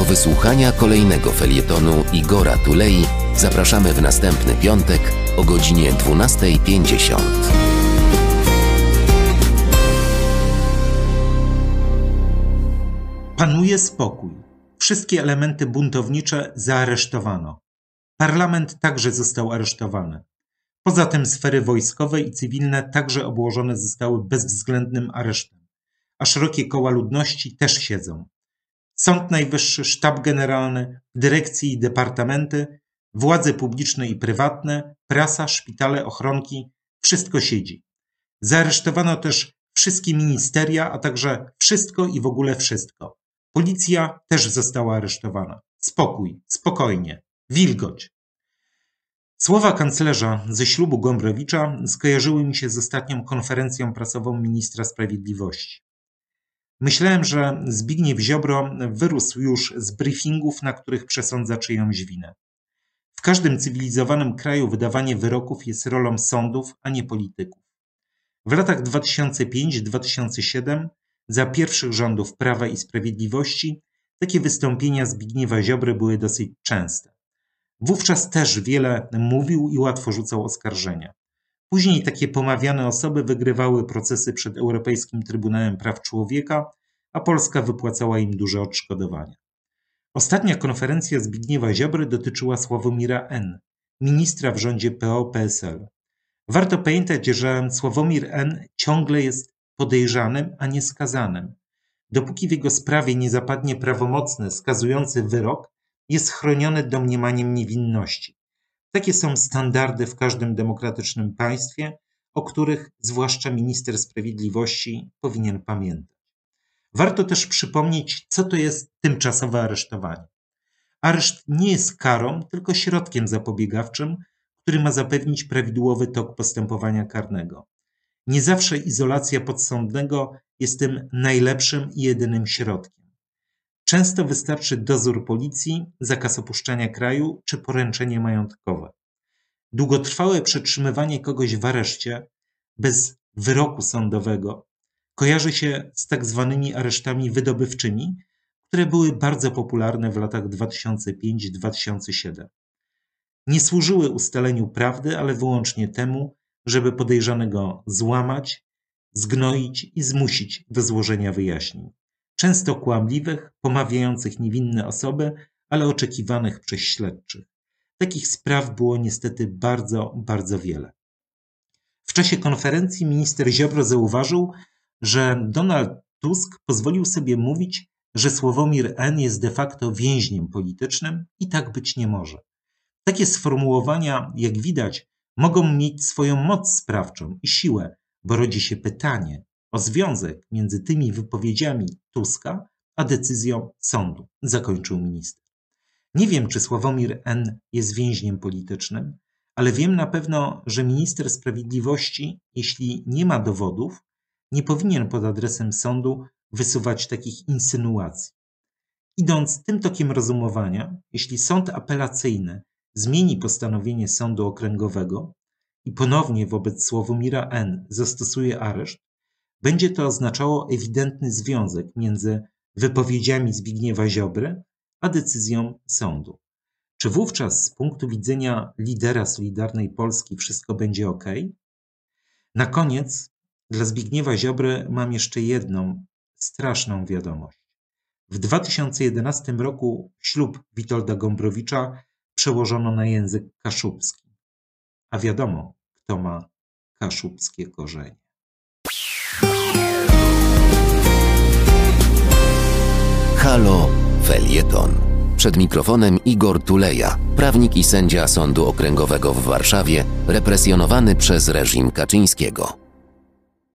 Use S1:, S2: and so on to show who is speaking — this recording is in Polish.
S1: wysłuchania kolejnego felietonu Igora Tulei zapraszamy w następny piątek o godzinie 12:50.
S2: Panuje spokój. Wszystkie elementy buntownicze zaaresztowano. Parlament także został aresztowany. Poza tym sfery wojskowe i cywilne także obłożone zostały bezwzględnym aresztem, a szerokie koła ludności też siedzą. Sąd Najwyższy, Sztab Generalny, dyrekcje i departamenty, władze publiczne i prywatne, prasa, szpitale, ochronki, wszystko siedzi. Zaaresztowano też wszystkie ministeria, a także wszystko i w ogóle wszystko. Policja też została aresztowana. Spokój, spokojnie, wilgoć. Słowa kanclerza ze ślubu Gombrowicza skojarzyły mi się z ostatnią konferencją prasową ministra sprawiedliwości. Myślałem, że Zbigniew Ziobro wyrósł już z briefingów, na których przesądza czyjąś winę. W każdym cywilizowanym kraju wydawanie wyroków jest rolą sądów, a nie polityków. W latach 2005-2007 za pierwszych rządów Prawa i Sprawiedliwości takie wystąpienia Zbigniewa Ziobry były dosyć częste. Wówczas też wiele mówił i łatwo rzucał oskarżenia. Później takie pomawiane osoby wygrywały procesy przed Europejskim Trybunałem Praw Człowieka, a Polska wypłacała im duże odszkodowania. Ostatnia konferencja Zbigniewa Ziobry dotyczyła Sławomira N., ministra w rządzie PO-PSL. Warto pamiętać, że Sławomir N. ciągle jest podejrzanym, a nie skazanym. Dopóki w jego sprawie nie zapadnie prawomocny, skazujący wyrok, jest chroniony domniemaniem niewinności. Takie są standardy w każdym demokratycznym państwie, o których zwłaszcza minister sprawiedliwości powinien pamiętać. Warto też przypomnieć, co to jest tymczasowe aresztowanie. Areszt nie jest karą, tylko środkiem zapobiegawczym, który ma zapewnić prawidłowy tok postępowania karnego. Nie zawsze izolacja podsądnego jest tym najlepszym i jedynym środkiem. Często wystarczy dozór policji, zakaz opuszczania kraju czy poręczenie majątkowe. Długotrwałe przetrzymywanie kogoś w areszcie bez wyroku sądowego kojarzy się z tak zwanymi aresztami wydobywczymi, które były bardzo popularne w latach 2005-2007. Nie służyły ustaleniu prawdy, ale wyłącznie temu, żeby podejrzanego złamać, zgnoić i zmusić do złożenia wyjaśnień. Często kłamliwych, pomawiających niewinne osoby, ale oczekiwanych przez śledczych. Takich spraw było niestety bardzo, bardzo wiele. W czasie konferencji minister Ziobro zauważył, że Donald Tusk pozwolił sobie mówić, że Sławomir N. jest de facto więźniem politycznym i tak być nie może. Takie sformułowania, jak widać, mogą mieć swoją moc sprawczą i siłę, bo rodzi się pytanie o związek między tymi wypowiedziami Tuska a decyzją sądu, zakończył minister. Nie wiem, czy Sławomir N. jest więźniem politycznym, ale wiem na pewno, że minister sprawiedliwości, jeśli nie ma dowodów, nie powinien pod adresem sądu wysuwać takich insynuacji. Idąc tym tokiem rozumowania, jeśli sąd apelacyjny zmieni postanowienie sądu okręgowego i ponownie wobec Sławomira N. zastosuje areszt, będzie to oznaczało ewidentny związek między wypowiedziami Zbigniewa Ziobry a decyzją sądu. Czy wówczas z punktu widzenia lidera Solidarnej Polski wszystko będzie ok? Na koniec dla Zbigniewa Ziobry mam jeszcze jedną straszną wiadomość. W 2011 roku ślub Witolda Gombrowicza przełożono na język kaszubski. A wiadomo, kto ma kaszubskie korzenie.
S1: Halo Felieton. Przed mikrofonem Igor Tuleja, prawnik i sędzia Sądu Okręgowego w Warszawie, represjonowany przez reżim Kaczyńskiego.